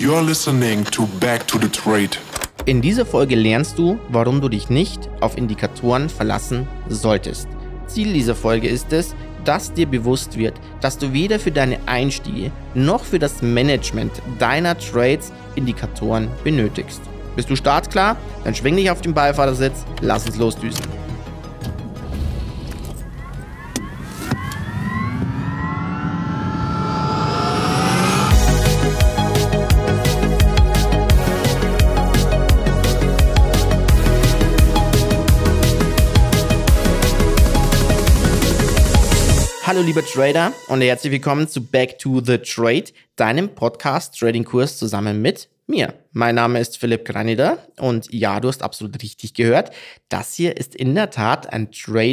You are listening to Back to the Trade. In dieser Folge lernst du, warum du dich nicht auf Indikatoren verlassen solltest. Ziel dieser Folge ist es, dass dir bewusst wird, dass du weder für deine Einstiege noch für das Management deiner Trades Indikatoren benötigst. Bist du startklar? Dann schwing dich auf den Beifahrersitz, lass uns losdüsen. Hallo liebe Trader und herzlich willkommen zu Back to the Trade, deinem Podcast-Trading-Kurs zusammen mit mir. Mein Name ist Philipp Granider und ja, du hast absolut richtig gehört, das hier ist in der Tat ein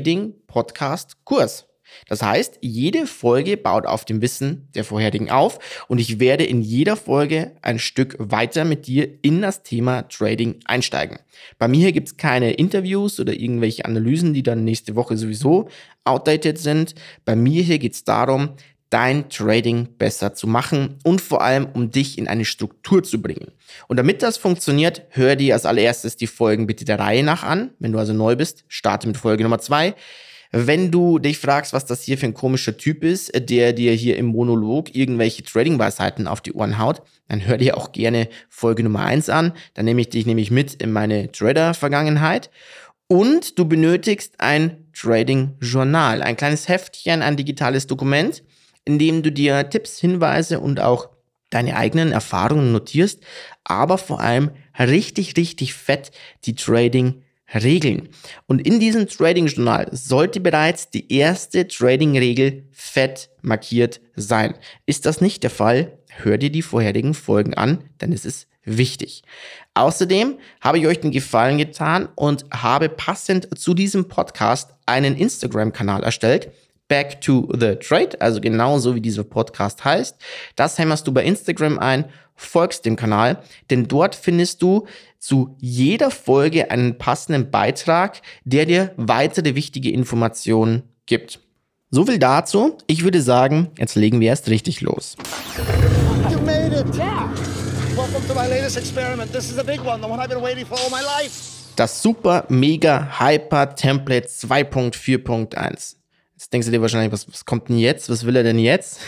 Trading-Podcast-Kurs. Das heißt, jede Folge baut auf dem Wissen der vorherigen auf und ich werde in jeder Folge ein Stück weiter mit dir in das Thema Trading einsteigen. Bei mir hier gibt es keine Interviews oder irgendwelche Analysen, die dann nächste Woche sowieso outdated sind. Bei mir hier geht es darum, dein Trading besser zu machen und vor allem, um dich in eine Struktur zu bringen. Und damit das funktioniert, hör dir als allererstes die Folgen bitte der Reihe nach an. Wenn du also neu bist, starte mit Folge Nummer 2. Wenn du dich fragst, was das hier für ein komischer Typ ist, der dir hier im Monolog irgendwelche Trading-Weisheiten auf die Ohren haut, dann hör dir auch gerne Folge Nummer 1 an. Dann nehme ich dich nämlich mit in meine Trader-Vergangenheit. Und du benötigst ein Trading-Journal, ein kleines Heftchen, ein digitales Dokument, in dem du dir Tipps, Hinweise und auch deine eigenen Erfahrungen notierst, aber vor allem richtig fett die Trading-Regeln. Und in diesem Trading-Journal sollte bereits die erste Trading-Regel fett markiert sein. Ist das nicht der Fall? Hör dir die vorherigen Folgen an, denn es ist wichtig. Außerdem habe ich euch den Gefallen getan und habe passend zu diesem Podcast einen Instagram-Kanal erstellt. Back to the Trade, also genauso wie dieser Podcast heißt. Das hämmerst du bei Instagram ein, folgst dem Kanal, denn dort findest du zu jeder Folge einen passenden Beitrag, der dir weitere wichtige Informationen gibt. So viel dazu. Ich würde sagen, jetzt legen wir erst richtig los. You made it! Yeah! Welcome to my latest experiment. This is a big one, the one I've been waiting for all my life. Das Super Mega Hyper Template 2.4.1. Jetzt denkst du dir wahrscheinlich, was kommt denn jetzt? Was will er denn jetzt?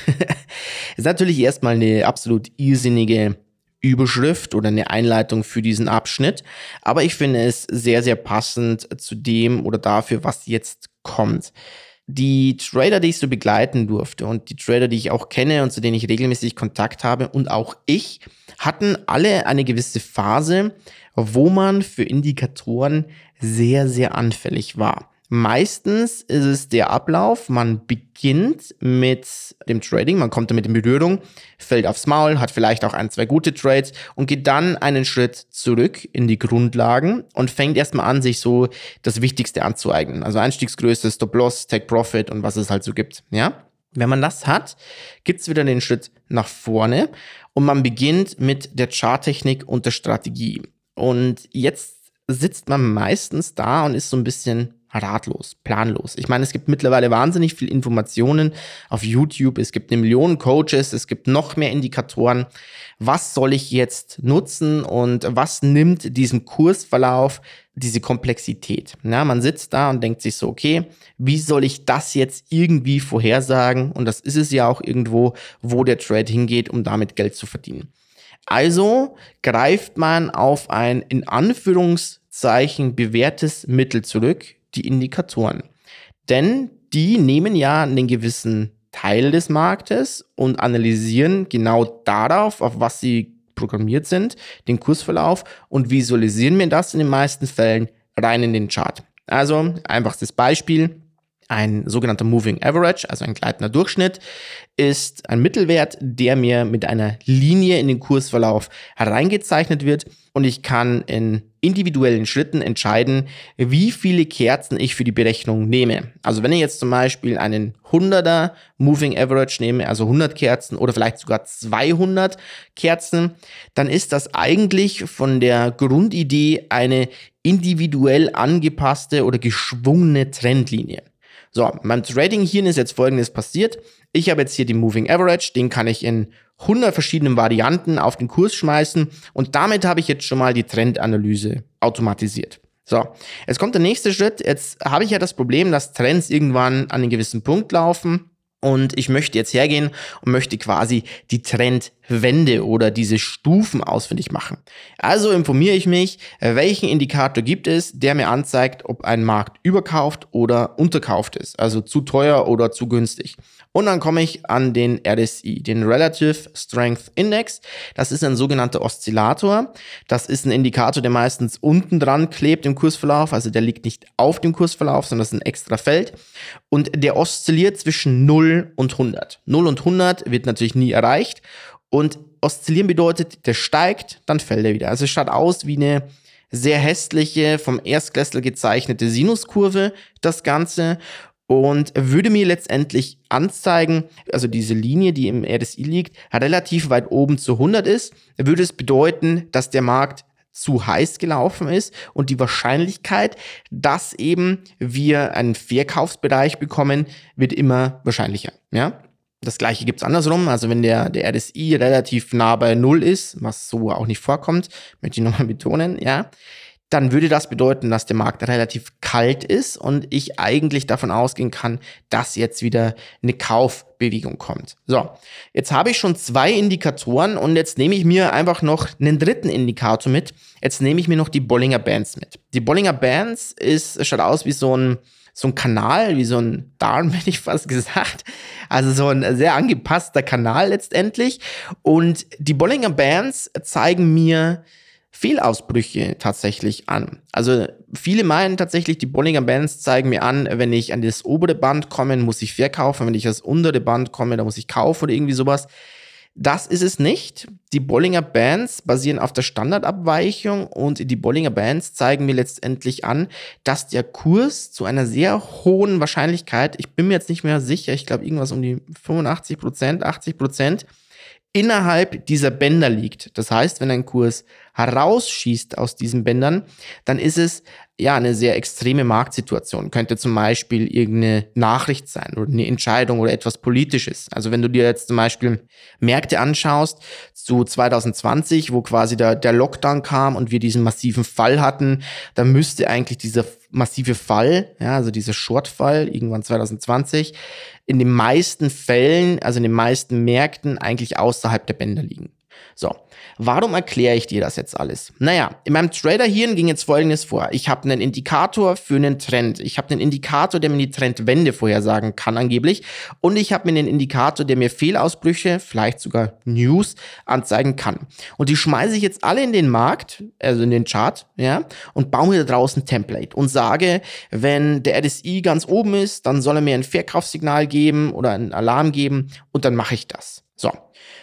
Ist natürlich erstmal eine absolut irrsinnige Überschrift oder eine Einleitung für diesen Abschnitt. Aber ich finde es sehr passend zu dem oder dafür, was jetzt kommt. Die Trader, die ich so begleiten durfte und die Trader, die ich auch kenne und zu denen ich regelmäßig Kontakt habe und auch ich, hatten alle eine gewisse Phase, wo man für Indikatoren sehr anfällig war. Meistens ist es der Ablauf, man beginnt mit dem Trading, man kommt damit in Berührung, fällt aufs Maul, hat vielleicht auch 1, 2 gute Trades und geht dann einen Schritt zurück in die Grundlagen und fängt erstmal an, sich so das Wichtigste anzueignen. Also Einstiegsgröße, Stop-Loss, Take-Profit und was es halt so gibt. Ja? Wenn man das hat, gibt's wieder den Schritt nach vorne und man beginnt mit der Charttechnik und der Strategie. Und jetzt sitzt man meistens da und ist so ein bisschen ratlos, planlos. Ich meine, es gibt mittlerweile wahnsinnig viel Informationen auf YouTube, es gibt 1 Million Coaches, es gibt noch mehr Indikatoren. Was soll ich jetzt nutzen und was nimmt diesem Kursverlauf diese Komplexität? Ja, man sitzt da und denkt sich so, okay, wie soll ich das jetzt irgendwie vorhersagen? Und das ist es ja auch irgendwo, wo der Trade hingeht, um damit Geld zu verdienen. Also greift man auf ein in Anführungszeichen bewährtes Mittel zurück, die Indikatoren. Denn die nehmen ja einen gewissen Teil des Marktes und analysieren genau darauf, auf was sie programmiert sind, den Kursverlauf und visualisieren mir das in den meisten Fällen rein in den Chart. Also einfachstes Beispiel. Ein sogenannter Moving Average, also ein gleitender Durchschnitt, ist ein Mittelwert, der mir mit einer Linie in den Kursverlauf hereingezeichnet wird und ich kann in individuellen Schritten entscheiden, wie viele Kerzen ich für die Berechnung nehme. Also wenn ich jetzt zum Beispiel einen 100er Moving Average nehme, also 100 Kerzen oder vielleicht sogar 200 Kerzen, dann ist das eigentlich von der Grundidee eine individuell angepasste oder geschwungene Trendlinie. So, beim Trading hier ist jetzt Folgendes passiert. Ich habe jetzt hier den Moving Average, den kann ich in 100 verschiedenen Varianten auf den Kurs schmeißen und damit habe ich jetzt schon mal die Trendanalyse automatisiert. So, jetzt kommt der nächste Schritt. Jetzt habe ich ja das Problem, dass Trends irgendwann an einen gewissen Punkt laufen. Und ich möchte jetzt hergehen und möchte quasi die Trendwende oder diese Stufen ausfindig machen. Also informiere ich mich, welchen Indikator gibt es, der mir anzeigt, ob ein Markt überkauft oder unterkauft ist. Also zu teuer oder zu günstig. Und dann komme ich an den RSI, den Relative Strength Index. Das ist ein sogenannter Oszillator. Das ist ein Indikator, der meistens unten dran klebt im Kursverlauf. Also der liegt nicht auf dem Kursverlauf, sondern das ist ein extra Feld. Und der oszilliert zwischen 0 und 100. 0 und 100 wird natürlich nie erreicht. Und oszillieren bedeutet, der steigt, dann fällt er wieder. Also es schaut aus wie eine sehr hässliche, vom Erstklässler gezeichnete Sinuskurve, das Ganze. Und würde mir letztendlich anzeigen, also diese Linie, die im RSI liegt, relativ weit oben zu 100 ist, würde es bedeuten, dass der Markt zu heiß gelaufen ist und die Wahrscheinlichkeit, dass eben wir einen Verkaufsbereich bekommen, wird immer wahrscheinlicher. Ja? Das gleiche gibt's andersrum, also wenn der RSI relativ nah bei 0 ist, was so auch nicht vorkommt, möchte ich nochmal betonen, ja, dann würde das bedeuten, dass der Markt relativ kalt ist und ich eigentlich davon ausgehen kann, dass jetzt wieder eine Kaufbewegung kommt. So, jetzt habe ich schon 2 Indikatoren und jetzt nehme ich mir einfach noch einen dritten Indikator mit. Jetzt nehme ich mir noch die Bollinger Bands mit. Die Bollinger Bands schaut aus wie so ein Kanal, wie so ein Darm, hätte ich fast gesagt. Also so ein sehr angepasster Kanal letztendlich. Und die Bollinger Bands zeigen mir Fehlausbrüche tatsächlich an. Also viele meinen tatsächlich, die Bollinger Bands zeigen mir an, wenn ich an das obere Band komme, muss ich verkaufen, wenn ich ans untere Band komme, dann muss ich kaufen oder irgendwie sowas. Das ist es nicht. Die Bollinger Bands basieren auf der Standardabweichung und die Bollinger Bands zeigen mir letztendlich an, dass der Kurs zu einer sehr hohen Wahrscheinlichkeit, ich bin mir jetzt nicht mehr sicher, ich glaube irgendwas um die 85%, 80%, innerhalb dieser Bänder liegt. Das heißt, wenn ein Kurs herausschießt aus diesen Bändern, dann ist es ja eine sehr extreme Marktsituation. Könnte zum Beispiel irgendeine Nachricht sein oder eine Entscheidung oder etwas Politisches. Also wenn du dir jetzt zum Beispiel Märkte anschaust zu 2020, wo quasi der Lockdown kam und wir diesen massiven Fall hatten, dann müsste eigentlich dieser massive Fall, ja, also dieser Shortfall irgendwann 2020, in den meisten Fällen, also in den meisten Märkten eigentlich außerhalb der Bänder liegen. So, warum erkläre ich dir das jetzt alles? Naja, in meinem Trader-Hirn ging jetzt Folgendes vor. Ich habe einen Indikator für einen Trend. Ich habe einen Indikator, der mir die Trendwende vorhersagen kann angeblich. Und ich habe mir einen Indikator, der mir Fehlausbrüche, vielleicht sogar News, anzeigen kann. Und die schmeiße ich jetzt alle in den Markt, also in den Chart, ja, und baue mir da draußen ein Template und sage, wenn der RSI ganz oben ist, dann soll er mir ein Verkaufssignal geben oder einen Alarm geben und dann mache ich das. So.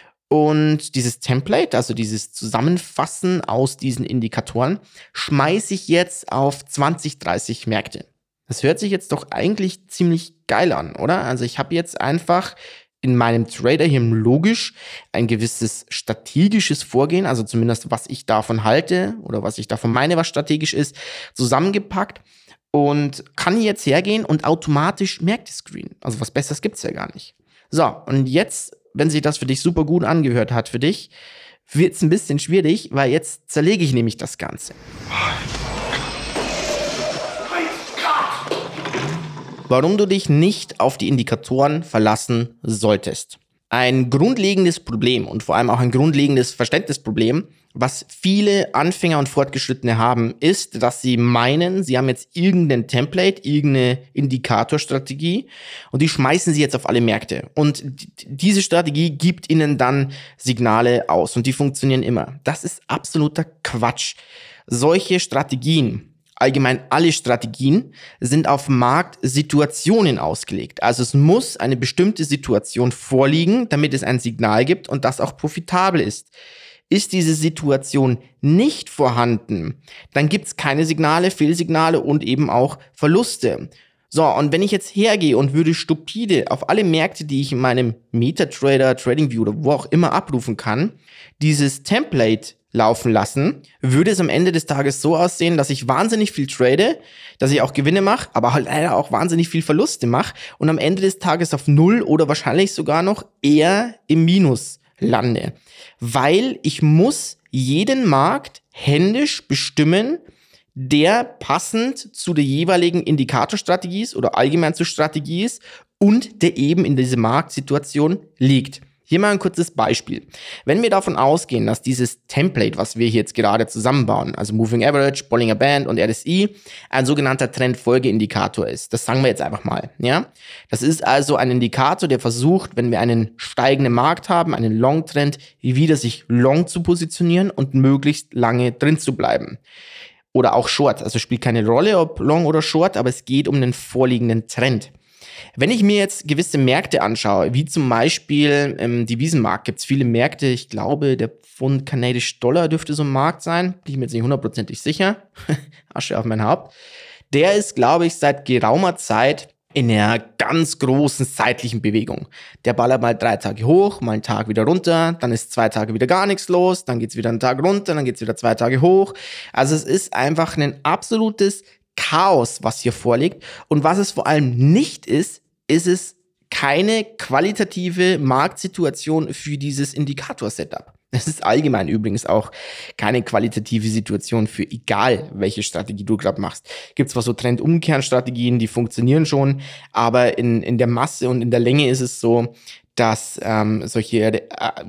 Und dieses Template, also dieses Zusammenfassen aus diesen Indikatoren, schmeiße ich jetzt auf 20, 30 Märkte. Das hört sich jetzt doch eigentlich ziemlich geil an, oder? Also ich habe jetzt einfach in meinem Trader hier logisch ein gewisses strategisches Vorgehen, also zumindest was ich davon halte oder was ich davon meine, was strategisch ist, zusammengepackt und kann jetzt hergehen und automatisch Märkte screenen. Also was Besseres gibt's ja gar nicht. So, und jetzt, wenn sich das für dich super gut angehört hat für dich, wird es ein bisschen schwierig, weil jetzt zerlege ich nämlich das Ganze. Warum du dich nicht auf die Indikatoren verlassen solltest. Ein grundlegendes Problem und vor allem auch ein grundlegendes Verständnisproblem, was viele Anfänger und Fortgeschrittene haben, ist, dass sie meinen, sie haben jetzt irgendein Template, irgendeine Indikatorstrategie und die schmeißen sie jetzt auf alle Märkte. Und diese Strategie gibt ihnen dann Signale aus und die funktionieren immer. Das ist absoluter Quatsch. Solche Strategien, allgemein alle Strategien, sind auf Marktsituationen ausgelegt. Also es muss eine bestimmte Situation vorliegen, damit es ein Signal gibt und das auch profitabel ist. Ist diese Situation nicht vorhanden, dann gibt es keine Signale, Fehlsignale und eben auch Verluste. So, und wenn ich jetzt hergehe und würde stupide auf alle Märkte, die ich in meinem MetaTrader, TradingView oder wo auch immer abrufen kann, dieses Template laufen lassen, würde es am Ende des Tages so aussehen, dass ich wahnsinnig viel trade, dass ich auch Gewinne mache, aber halt leider auch wahnsinnig viel Verluste mache und am Ende des Tages auf Null oder wahrscheinlich sogar noch eher im Minus lande. Weil ich muss jeden Markt händisch bestimmen, der passend zu der jeweiligen Indikatorstrategie ist oder allgemein zur Strategie ist und der eben in dieser Marktsituation liegt. Hier mal ein kurzes Beispiel. Wenn wir davon ausgehen, dass dieses Template, was wir hier jetzt gerade zusammenbauen, also Moving Average, Bollinger Band und RSI, ein sogenannter Trendfolgeindikator ist. Das sagen wir jetzt einfach mal, ja. Das ist also ein Indikator, der versucht, wenn wir einen steigenden Markt haben, einen Long-Trend, wieder sich long zu positionieren und möglichst lange drin zu bleiben. Oder auch Short, also spielt keine Rolle, ob Long oder Short, aber es geht um den vorliegenden Trend. Wenn ich mir jetzt gewisse Märkte anschaue, wie zum Beispiel im Devisenmarkt, gibt es viele Märkte, ich glaube, der Pfund kanadische Dollar dürfte so ein Markt sein, bin ich mir jetzt nicht hundertprozentig sicher, Asche auf mein Haupt. Der ist, glaube ich, seit geraumer Zeit in einer ganz großen zeitlichen Bewegung. Der ballert mal 3 Tage hoch, mal einen Tag wieder runter, dann ist 2 Tage wieder gar nichts los, dann geht's wieder einen Tag runter, dann geht's wieder 2 Tage hoch. Also es ist einfach ein absolutes Chaos, was hier vorliegt. Und was es vor allem nicht ist, ist es keine qualitative Marktsituation für dieses Indikator-Setup. Das ist allgemein übrigens auch keine qualitative Situation für egal, welche Strategie du gerade machst. Gibt zwar so Trendumkehrstrategien, die funktionieren schon, aber in der Masse und in der Länge ist es so, dass solche,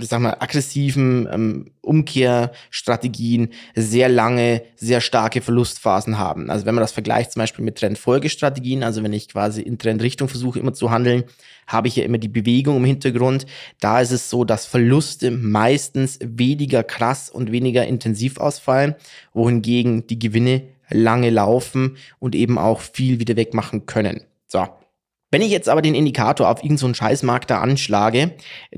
aggressiven Umkehrstrategien sehr lange, sehr starke Verlustphasen haben. Also wenn man das vergleicht zum Beispiel mit Trendfolgestrategien, also wenn ich quasi in Trendrichtung versuche immer zu handeln, habe ich ja immer die Bewegung im Hintergrund. Da ist es so, dass Verluste meistens weniger krass und weniger intensiv ausfallen, wohingegen die Gewinne lange laufen und eben auch viel wieder wegmachen können. So. Wenn ich jetzt aber den Indikator auf irgendeinen so einen Scheißmarkt da anschlage,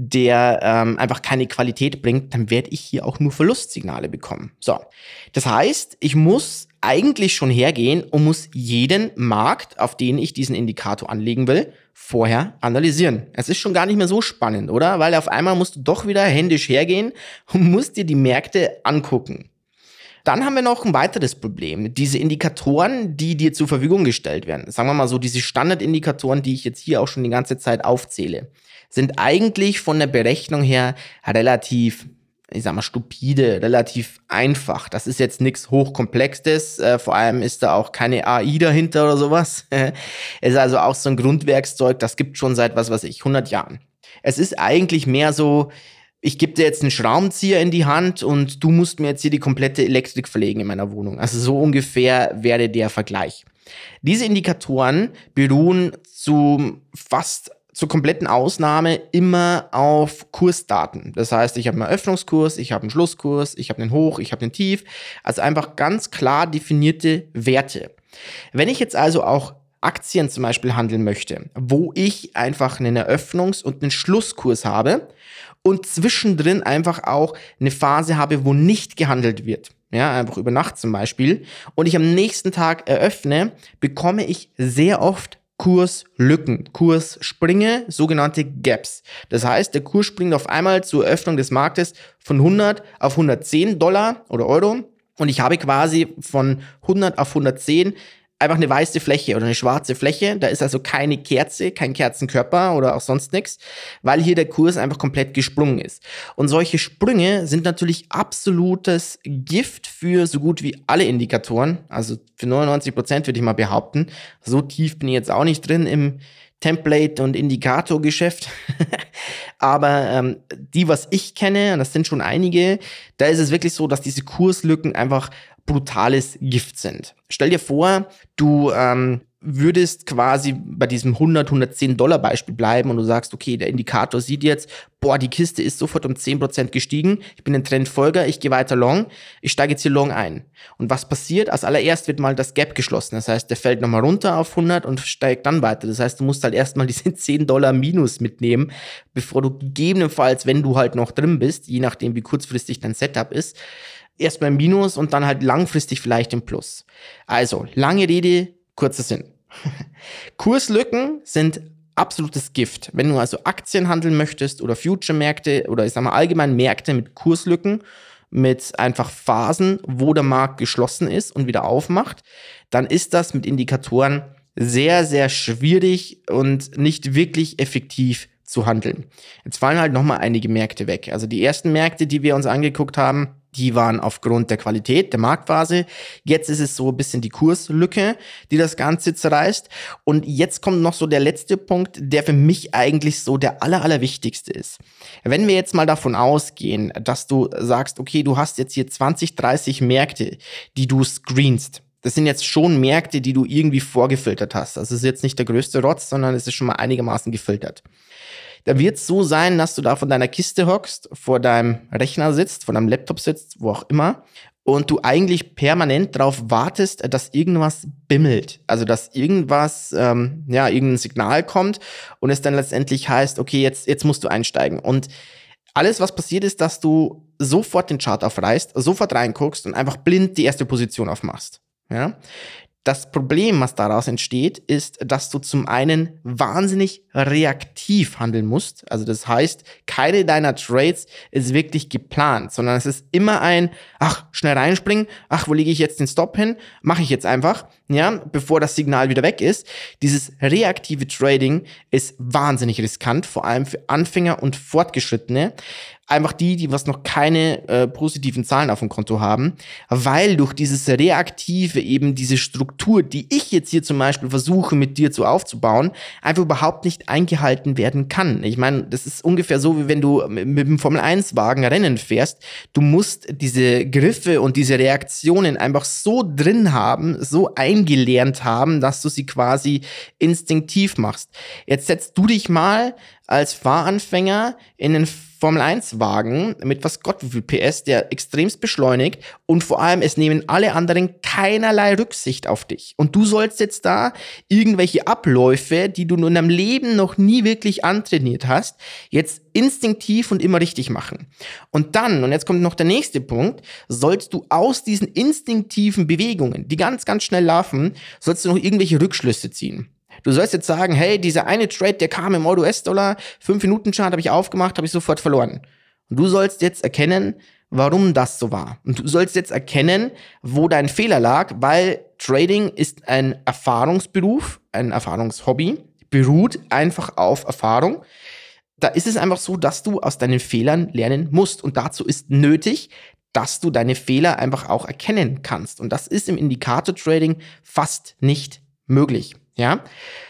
der einfach keine Qualität bringt, dann werde ich hier auch nur Verlustsignale bekommen. So, das heißt, ich muss eigentlich schon hergehen und muss jeden Markt, auf den ich diesen Indikator anlegen will, vorher analysieren. Es ist schon gar nicht mehr so spannend, oder? Weil auf einmal musst du doch wieder händisch hergehen und musst dir die Märkte angucken. Dann haben wir noch ein weiteres Problem. Diese Indikatoren, die dir zur Verfügung gestellt werden, sagen wir mal so, diese Standardindikatoren, die ich jetzt hier auch schon die ganze Zeit aufzähle, sind eigentlich von der Berechnung her relativ, stupide, relativ einfach. Das ist jetzt nichts Hochkomplexes, vor allem ist da auch keine AI dahinter oder sowas. Es ist also auch so ein Grundwerkszeug, das gibt schon seit, 100 Jahren. Es ist eigentlich mehr so, ich gebe dir jetzt einen Schraubenzieher in die Hand und du musst mir jetzt hier die komplette Elektrik verlegen in meiner Wohnung. Also so ungefähr wäre der Vergleich. Diese Indikatoren beruhen zur kompletten Ausnahme immer auf Kursdaten. Das heißt, ich habe einen Eröffnungskurs, ich habe einen Schlusskurs, ich habe einen Hoch, ich habe einen Tief. Also einfach ganz klar definierte Werte. Wenn ich jetzt also auch Aktien zum Beispiel handeln möchte, wo ich einfach einen Eröffnungs- und einen Schlusskurs habe, und zwischendrin einfach auch eine Phase habe, wo nicht gehandelt wird. Ja, einfach über Nacht zum Beispiel. Und ich am nächsten Tag eröffne, bekomme ich sehr oft Kurslücken, Kurssprünge, sogenannte Gaps. Das heißt, der Kurs springt auf einmal zur Eröffnung des Marktes von 100 auf 110 Dollar oder Euro. Und ich habe quasi von 100 auf 110 einfach eine weiße Fläche oder eine schwarze Fläche. Da ist also keine Kerze, kein Kerzenkörper oder auch sonst nichts, weil hier der Kurs einfach komplett gesprungen ist. Und solche Sprünge sind natürlich absolutes Gift für so gut wie alle Indikatoren. Also für 99% würde ich mal behaupten. So tief bin ich jetzt auch nicht drin im Template- und Indikatorgeschäft. Aber die, was ich kenne, und das sind schon einige, da ist es wirklich so, dass diese Kurslücken einfach brutales Gift sind. Stell dir vor, du würdest quasi bei diesem 110 Dollar Beispiel bleiben und du sagst, okay, der Indikator sieht jetzt, die Kiste ist sofort um 10% gestiegen, ich bin ein Trendfolger, ich gehe weiter long, ich steige jetzt hier long ein. Und was passiert? Als allererst wird mal das Gap geschlossen, das heißt, der fällt nochmal runter auf 100 und steigt dann weiter. Das heißt, du musst halt erstmal diese 10 Dollar Minus mitnehmen, bevor du gegebenenfalls, wenn du halt noch drin bist, je nachdem wie kurzfristig dein Setup ist, erstmal im Minus und dann halt langfristig vielleicht im Plus. Also, lange Rede, kurzer Sinn. Kurslücken sind absolutes Gift. Wenn du also Aktien handeln möchtest oder Future-Märkte oder allgemein Märkte mit Kurslücken, mit einfach Phasen, wo der Markt geschlossen ist und wieder aufmacht, dann ist das mit Indikatoren sehr, sehr schwierig und nicht wirklich effektiv zu handeln. Jetzt fallen halt nochmal einige Märkte weg. Also die ersten Märkte, die wir uns angeguckt haben, die waren aufgrund der Qualität der Marktphase. Jetzt ist es so ein bisschen die Kurslücke, die das Ganze zerreißt. Und jetzt kommt noch so der letzte Punkt, der für mich eigentlich so der allerwichtigste ist. Wenn wir jetzt mal davon ausgehen, dass du sagst, okay, du hast jetzt hier 20, 30 Märkte, die du screenst. Das sind jetzt schon Märkte, die du irgendwie vorgefiltert hast. Also es ist jetzt nicht der größte Rotz, sondern es ist schon mal einigermaßen gefiltert. Da wird es so sein, dass du da von deiner Kiste hockst, vor deinem Rechner sitzt, vor deinem Laptop sitzt, wo auch immer, und du eigentlich permanent darauf wartest, dass irgendwas bimmelt. Also dass irgendwas, irgendein Signal kommt und es dann letztendlich heißt, okay, jetzt musst du einsteigen. Und alles, was passiert ist, dass du sofort den Chart aufreißt, sofort reinguckst und einfach blind die erste Position aufmachst. Ja? Das Problem, was daraus entsteht, ist, dass du zum einen wahnsinnig reaktiv handeln musst. Also das heißt, keine deiner Trades ist wirklich geplant, sondern es ist immer ein, schnell reinspringen, wo lege ich jetzt den Stop hin? Mache ich jetzt einfach, ja, bevor das Signal wieder weg ist. Dieses reaktive Trading ist wahnsinnig riskant, vor allem für Anfänger und Fortgeschrittene. Einfach die was noch keine positiven Zahlen auf dem Konto haben, weil durch dieses Reaktive eben diese Struktur, die ich jetzt hier zum Beispiel versuche mit dir aufzubauen, einfach überhaupt nicht eingehalten werden kann. Ich meine, das ist ungefähr so, wie wenn du mit dem Formel-1-Wagen Rennen fährst. Du musst diese Griffe und diese Reaktionen einfach so drin haben, so eingelernt haben, dass du sie quasi instinktiv machst. Jetzt setzt du dich mal als Fahranfänger in einen Formel-1-Wagen mit was Gott wie viel PS, der extremst beschleunigt und vor allem es nehmen alle anderen keinerlei Rücksicht auf dich. Und du sollst jetzt da irgendwelche Abläufe, die du in deinem Leben noch nie wirklich antrainiert hast, jetzt instinktiv und immer richtig machen. Und dann, und jetzt kommt noch der nächste Punkt, sollst du aus diesen instinktiven Bewegungen, die ganz, ganz schnell laufen, sollst du noch irgendwelche Rückschlüsse ziehen. Du sollst jetzt sagen, hey, dieser eine Trade, der kam im Euro-US-Dollar, 5-Minuten-Chart habe ich aufgemacht, habe ich sofort verloren. Und du sollst jetzt erkennen, warum das so war. Und du sollst jetzt erkennen, wo dein Fehler lag, weil Trading ist ein Erfahrungsberuf, ein Erfahrungshobby, beruht einfach auf Erfahrung. Da ist es einfach so, dass du aus deinen Fehlern lernen musst. Und dazu ist nötig, dass du deine Fehler einfach auch erkennen kannst. Und das ist im Indikator-Trading fast nicht möglich. Ja?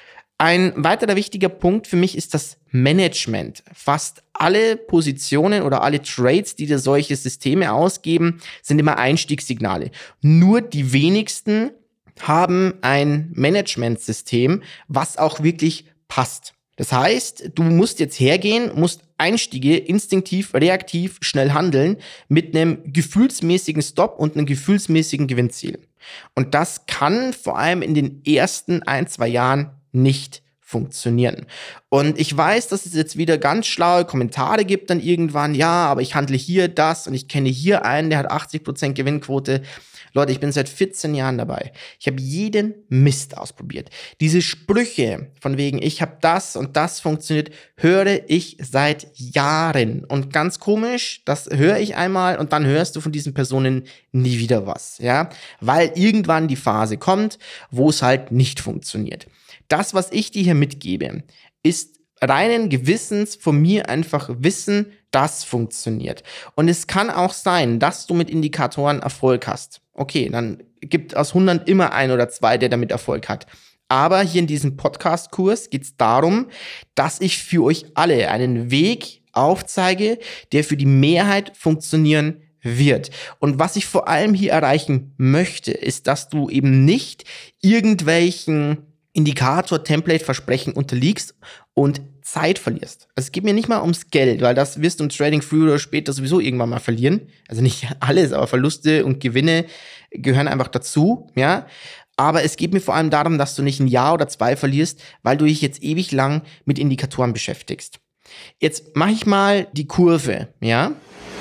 Ein weiterer wichtiger Punkt für mich ist das Management. Fast alle Positionen oder alle Trades, die dir solche Systeme ausgeben, sind immer Einstiegssignale. Nur die wenigsten haben ein Managementsystem, was auch wirklich passt. Das heißt, du musst jetzt hergehen, musst Einstiege instinktiv, reaktiv, schnell handeln mit einem gefühlsmäßigen Stop und einem gefühlsmäßigen Gewinnziel. Und das kann vor allem in den ersten 1-2 Jahren nicht funktionieren. Und ich weiß, dass es jetzt wieder ganz schlaue Kommentare gibt dann irgendwann, ja, aber ich handle hier das und ich kenne hier einen, der hat 80% Gewinnquote. Leute, ich bin seit 14 Jahren dabei. Ich habe jeden Mist ausprobiert. Diese Sprüche von wegen, ich habe das und das funktioniert, höre ich seit Jahren. Und ganz komisch, das höre ich einmal und dann hörst du von diesen Personen nie wieder was. Ja? Weil irgendwann die Phase kommt, wo es halt nicht funktioniert. Das, was ich dir hier mitgebe, ist reinen Gewissens von mir einfach Wissen, das funktioniert. Und es kann auch sein, dass du mit Indikatoren Erfolg hast. Okay, dann gibt aus 100 immer 1 oder 2, der damit Erfolg hat. Aber hier in diesem Podcast-Kurs geht es darum, dass ich für euch alle einen Weg aufzeige, der für die Mehrheit funktionieren wird. Und was ich vor allem hier erreichen möchte, ist, dass du eben nicht irgendwelchen Indikator-Template-Versprechen unterliegst und Zeit verlierst. Also es geht mir nicht mal ums Geld, weil das wirst du im Trading früher oder später sowieso irgendwann mal verlieren. Also nicht alles, aber Verluste und Gewinne gehören einfach dazu, ja. Aber es geht mir vor allem darum, dass du nicht 1 Jahr oder 2 verlierst, weil du dich jetzt ewig lang mit Indikatoren beschäftigst. Jetzt mache ich mal die Kurve, ja.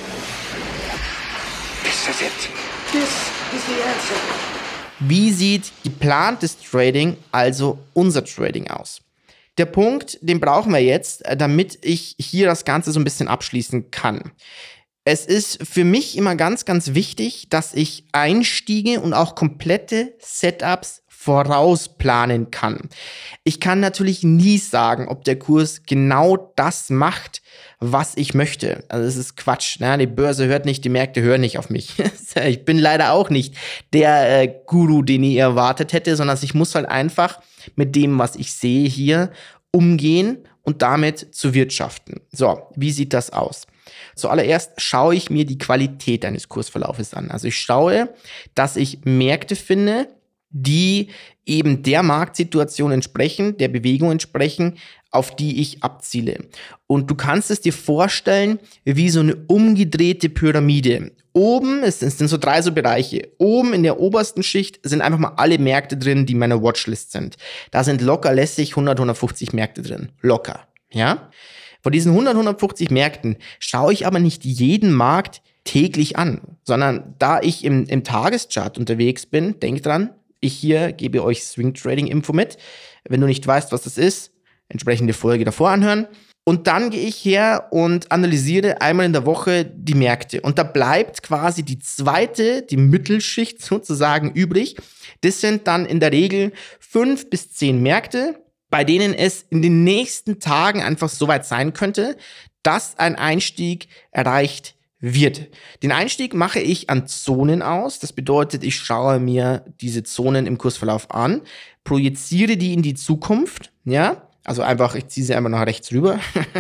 This is it. This is the answer. Wie sieht geplantes Trading, also unser Trading, aus? Der Punkt, den brauchen wir jetzt, damit ich hier das Ganze so ein bisschen abschließen kann. Es ist für mich immer ganz, ganz wichtig, dass ich Einstiege und auch komplette Setups vorausplanen kann. Ich kann natürlich nie sagen, ob der Kurs genau das macht, was ich möchte. Also das ist Quatsch. Ne? Die Börse hört nicht, die Märkte hören nicht auf mich. Ich bin leider auch nicht der Guru, den ihr erwartet hätte, sondern ich muss halt einfach mit dem, was ich sehe hier, umgehen und damit zu wirtschaften. So, wie sieht das aus? Zuallererst schaue ich mir die Qualität eines Kursverlaufes an. Also ich schaue, dass ich Märkte finde, die eben der Marktsituation entsprechen, der Bewegung entsprechen, auf die ich abziele. Und du kannst es dir vorstellen wie so eine umgedrehte Pyramide. Oben, es sind so 3 so Bereiche. Oben in der obersten Schicht sind einfach mal alle Märkte drin, die in meiner Watchlist sind. Da sind locker lässig 100, 150 Märkte drin. Locker, ja? Von diesen 100, 150 Märkten schaue ich aber nicht jeden Markt täglich an, sondern da ich im Tageschart unterwegs bin, denk dran, ich hier gebe euch Swing Trading Info mit. Wenn du nicht weißt, was das ist, entsprechende Folge davor anhören. Und dann gehe ich her und analysiere einmal in der Woche die Märkte. Und da bleibt quasi die zweite, die Mittelschicht sozusagen übrig. Das sind dann in der Regel 5 bis 10 Märkte, bei denen es in den nächsten Tagen einfach so weit sein könnte, dass ein Einstieg erreicht wird. Den Einstieg mache ich an Zonen aus. Das bedeutet, ich schaue mir diese Zonen im Kursverlauf an, projiziere die in die Zukunft, ja, also einfach, ich ziehe sie einfach nach rechts rüber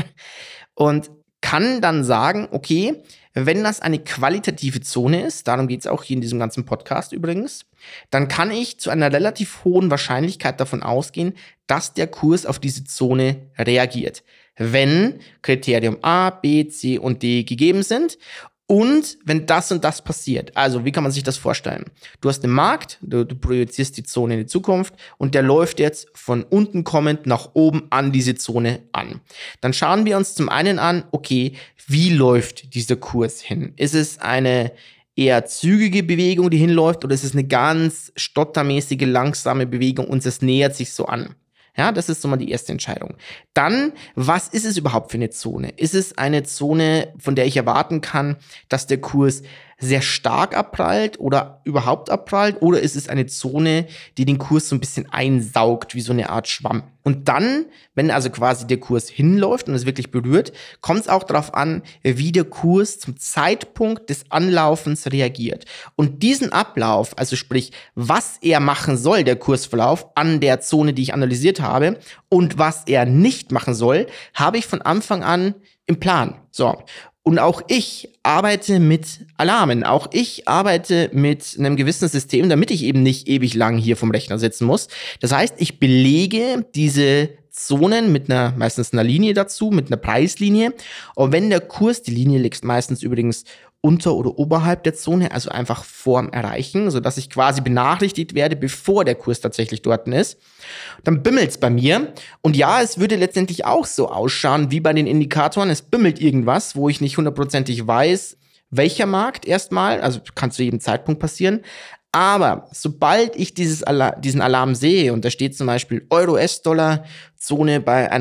und kann dann sagen, okay, wenn das eine qualitative Zone ist, darum geht es auch hier in diesem ganzen Podcast übrigens, dann kann ich zu einer relativ hohen Wahrscheinlichkeit davon ausgehen, dass der Kurs auf diese Zone reagiert, wenn Kriterium A, B, C und D gegeben sind und wenn das und das passiert. Also, wie kann man sich das vorstellen? Du hast einen Markt, du projizierst die Zone in die Zukunft und der läuft jetzt von unten kommend nach oben an diese Zone an. Dann schauen wir uns zum einen an, okay, wie läuft dieser Kurs hin? Ist es eine eher zügige Bewegung, die hinläuft, oder ist es eine ganz stottermäßige, langsame Bewegung und es nähert sich so an? Ja, das ist so mal die erste Entscheidung. Dann, was ist es überhaupt für eine Zone? Ist es eine Zone, von der ich erwarten kann, dass der Kurs sehr stark abprallt oder überhaupt abprallt? Oder ist es eine Zone, die den Kurs so ein bisschen einsaugt, wie so eine Art Schwamm? Und dann, wenn also quasi der Kurs hinläuft und es wirklich berührt, kommt es auch darauf an, wie der Kurs zum Zeitpunkt des Anlaufens reagiert. Und diesen Ablauf, also sprich, was er machen soll, der Kursverlauf an der Zone, die ich analysiert habe, und was er nicht machen soll, habe ich von Anfang an im Plan. So. Und auch ich arbeite mit Alarmen. Auch ich arbeite mit einem gewissen System, damit ich eben nicht ewig lang hier vom Rechner sitzen muss. Das heißt, ich belege diese Zonen mit meistens einer Linie dazu, mit einer Preislinie. Und wenn der Kurs, die Linie liegt meistens übrigens unter oder oberhalb der Zone, also einfach vorm Erreichen, sodass ich quasi benachrichtigt werde, bevor der Kurs tatsächlich dort ist, dann bimmelt's bei mir. Und ja, es würde letztendlich auch so ausschauen wie bei den Indikatoren. Es bimmelt irgendwas, wo ich nicht hundertprozentig weiß, welcher Markt erstmal, also kann zu jedem Zeitpunkt passieren. Aber sobald ich diesen Alarm sehe und da steht zum Beispiel Euro-US-Dollar Zone bei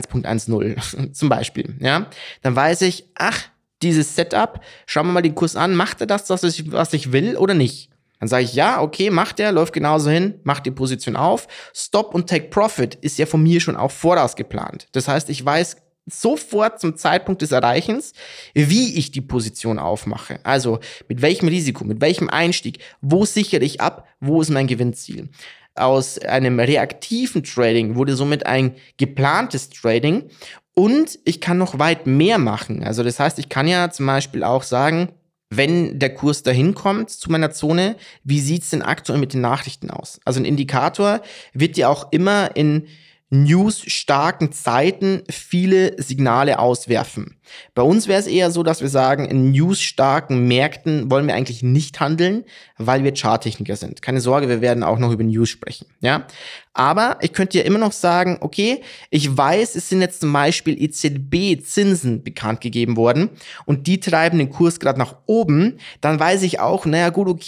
1.10 zum Beispiel, ja, dann weiß ich, ach, dieses Setup, schauen wir mal den Kurs an, macht er das, was ich will oder nicht? Dann sage ich, ja, okay, macht er, läuft genauso hin, macht die Position auf. Stop und Take Profit ist ja von mir schon auch voraus geplant. Das heißt, ich weiß sofort zum Zeitpunkt des Erreichens, wie ich die Position aufmache. Also mit welchem Risiko, mit welchem Einstieg, wo sichere ich ab, wo ist mein Gewinnziel. Aus einem reaktiven Trading wurde somit ein geplantes Trading. Und ich kann noch weit mehr machen. Also das heißt, ich kann ja zum Beispiel auch sagen, wenn der Kurs dahin kommt zu meiner Zone, wie sieht's denn aktuell mit den Nachrichten aus? Also ein Indikator wird ja auch immer in news-starken Zeiten viele Signale auswerfen. Bei uns wäre es eher so, dass wir sagen, in news-starken Märkten wollen wir eigentlich nicht handeln, weil wir Charttechniker sind. Keine Sorge, wir werden auch noch über News sprechen, ja. Aber ich könnte ja immer noch sagen, okay, ich weiß, es sind jetzt zum Beispiel EZB-Zinsen bekannt gegeben worden und die treiben den Kurs gerade nach oben. Dann weiß ich auch, naja gut, okay,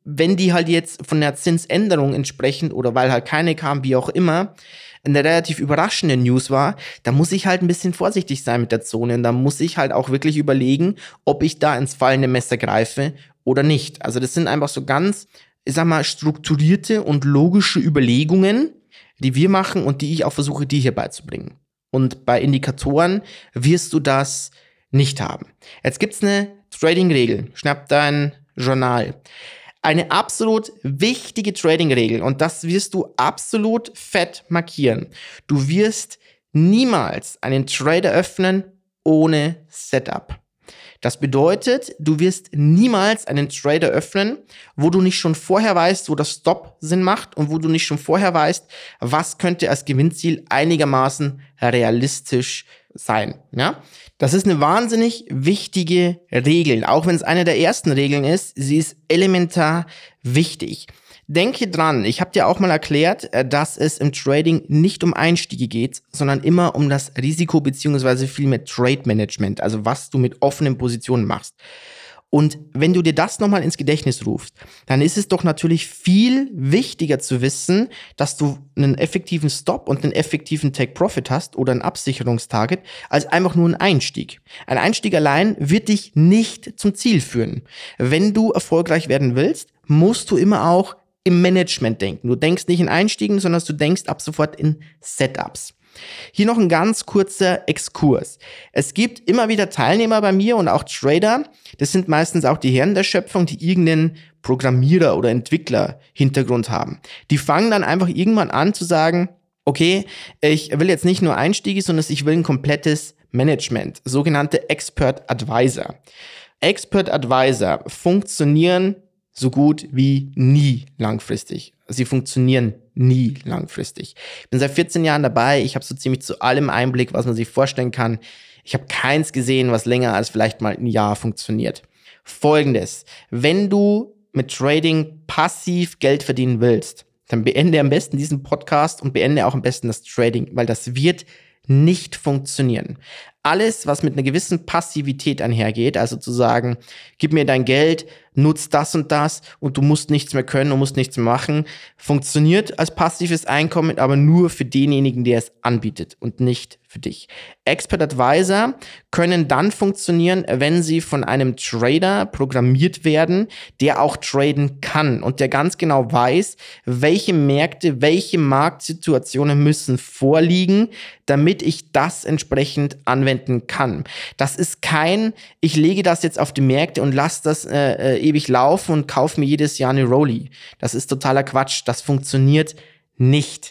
wenn die halt jetzt von der Zinsänderung entsprechend oder weil halt keine kam, wie auch immer, eine relativ überraschende News war, da muss ich halt ein bisschen vorsichtig sein mit der Zone und da muss ich halt auch wirklich überlegen, ob ich da ins fallende Messer greife oder nicht. Also das sind einfach so ganz, ich sag mal, strukturierte und logische Überlegungen, die wir machen und die ich auch versuche, dir hier beizubringen. Und bei Indikatoren wirst du das nicht haben. Jetzt gibt's eine Trading-Regel. Schnapp dein Journal. Eine absolut wichtige Trading-Regel und das wirst du absolut fett markieren. Du wirst niemals einen Trader öffnen ohne Setup. Das bedeutet, du wirst niemals einen Trader öffnen, wo du nicht schon vorher weißt, wo das Stop Sinn macht und wo du nicht schon vorher weißt, was könnte als Gewinnziel einigermaßen realistisch sein. Ja? Das ist eine wahnsinnig wichtige Regel, auch wenn es eine der ersten Regeln ist. Sie ist elementar wichtig. Denke dran, ich habe dir auch mal erklärt, dass es im Trading nicht um Einstiege geht, sondern immer um das Risiko bzw. vielmehr Trade Management, also was du mit offenen Positionen machst. Und wenn du dir das nochmal ins Gedächtnis rufst, dann ist es doch natürlich viel wichtiger zu wissen, dass du einen effektiven Stop und einen effektiven Take-Profit hast oder ein Absicherungstarget, als einfach nur ein Einstieg. Ein Einstieg allein wird dich nicht zum Ziel führen. Wenn du erfolgreich werden willst, musst du immer auch im Management denken. Du denkst nicht in Einstiegen, sondern du denkst ab sofort in Setups. Hier noch ein ganz kurzer Exkurs. Es gibt immer wieder Teilnehmer bei mir und auch Trader, das sind meistens auch die Herren der Schöpfung, die irgendeinen Programmierer- oder Entwickler-Hintergrund haben. Die fangen dann einfach irgendwann an zu sagen, okay, ich will jetzt nicht nur Einstiege, sondern ich will ein komplettes Management, sogenannte Expert Advisor. Expert Advisor funktionieren so gut wie nie langfristig. Sie funktionieren nie langfristig. Ich bin seit 14 Jahren dabei. Ich habe so ziemlich zu allem Einblick, was man sich vorstellen kann. Ich habe keins gesehen, was länger als vielleicht mal ein Jahr funktioniert. Folgendes: Wenn du mit Trading passiv Geld verdienen willst, dann beende am besten diesen Podcast und beende auch am besten das Trading, weil das wird nicht funktionieren. Alles, was mit einer gewissen Passivität einhergeht, also zu sagen, gib mir dein Geld, nutz das und du musst nichts mehr können und musst nichts mehr machen, funktioniert als passives Einkommen, aber nur für denjenigen, der es anbietet und nicht für dich. Expert Advisor können dann funktionieren, wenn sie von einem Trader programmiert werden, der auch traden kann und der ganz genau weiß, welche Märkte, welche Marktsituationen müssen vorliegen, damit ich das entsprechend anwenden kann. Das ist kein, ich lege das jetzt auf die Märkte und lasse das ewig laufen und kaufe mir jedes Jahr eine Rolli. Das ist totaler Quatsch. Das funktioniert nicht.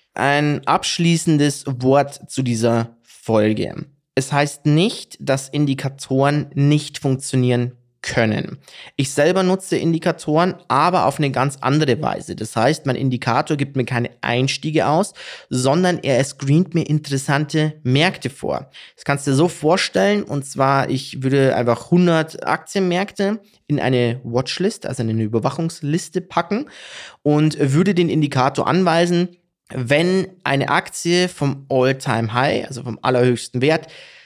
Ein abschließendes Wort zu dieser Folge. Es heißt nicht, dass Indikatoren nicht funktionieren können. Ich selber nutze Indikatoren, aber auf eine ganz andere Weise. Das heißt, mein Indikator gibt mir keine Einstiege aus, sondern er screent mir interessante Märkte vor. Das kannst du dir so vorstellen, und zwar, ich würde einfach 100 Aktienmärkte in eine Watchlist, also in eine Überwachungsliste packen und würde den Indikator anweisen, wenn eine Aktie vom All-Time-High, also vom allerhöchsten Wert,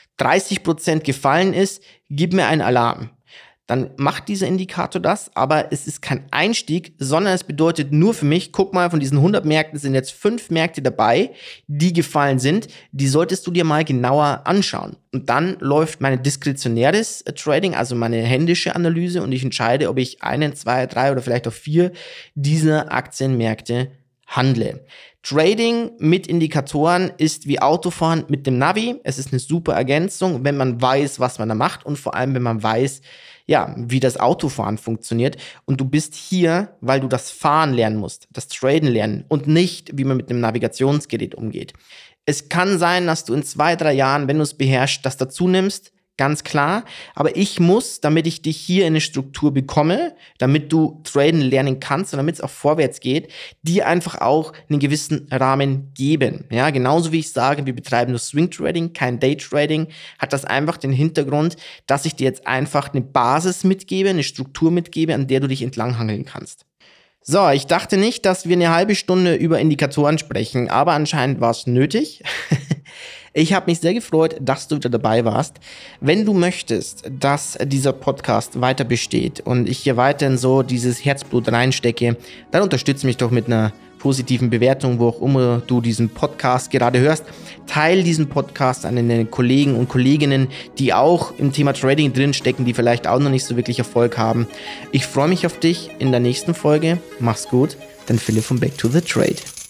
30% gefallen ist, gib mir einen Alarm. Dann macht dieser Indikator das, aber es ist kein Einstieg, sondern es bedeutet nur für mich, guck mal, von diesen 100 Märkten sind jetzt 5 Märkte dabei, die gefallen sind, die solltest du dir mal genauer anschauen. Und dann läuft meine diskretionäres Trading, also meine händische Analyse und ich entscheide, ob ich 1, 2, 3 oder vielleicht auch 4 dieser Aktienmärkte handle. Trading mit Indikatoren ist wie Autofahren mit dem Navi. Es ist eine super Ergänzung, wenn man weiß, was man da macht und vor allem, wenn man weiß, ja, wie das Autofahren funktioniert. Und du bist hier, weil du das Fahren lernen musst, das Traden lernen und nicht, wie man mit einem Navigationsgerät umgeht. Es kann sein, dass du in 2, 3 Jahren, wenn du es beherrschst, das dazu nimmst. Ganz klar, aber ich muss, damit ich dich hier in eine Struktur bekomme, damit du traden lernen kannst und damit es auch vorwärts geht, dir einfach auch einen gewissen Rahmen geben. Ja, genauso wie ich sage, wir betreiben nur Swing Trading, kein Day Trading, hat das einfach den Hintergrund, dass ich dir jetzt einfach eine Basis mitgebe, eine Struktur mitgebe, an der du dich entlanghangeln kannst. So, ich dachte nicht, dass wir eine halbe Stunde über Indikatoren sprechen, aber anscheinend war es nötig. Ich habe mich sehr gefreut, dass du wieder dabei warst. Wenn du möchtest, dass dieser Podcast weiter besteht und ich hier weiterhin so dieses Herzblut reinstecke, dann unterstütze mich doch mit einer positiven Bewertung, wo auch immer du diesen Podcast gerade hörst. Teil diesen Podcast an deine Kollegen und Kolleginnen, die auch im Thema Trading drinstecken, die vielleicht auch noch nicht so wirklich Erfolg haben. Ich freue mich auf dich in der nächsten Folge. Mach's gut, dein Philipp von Back to the Trade.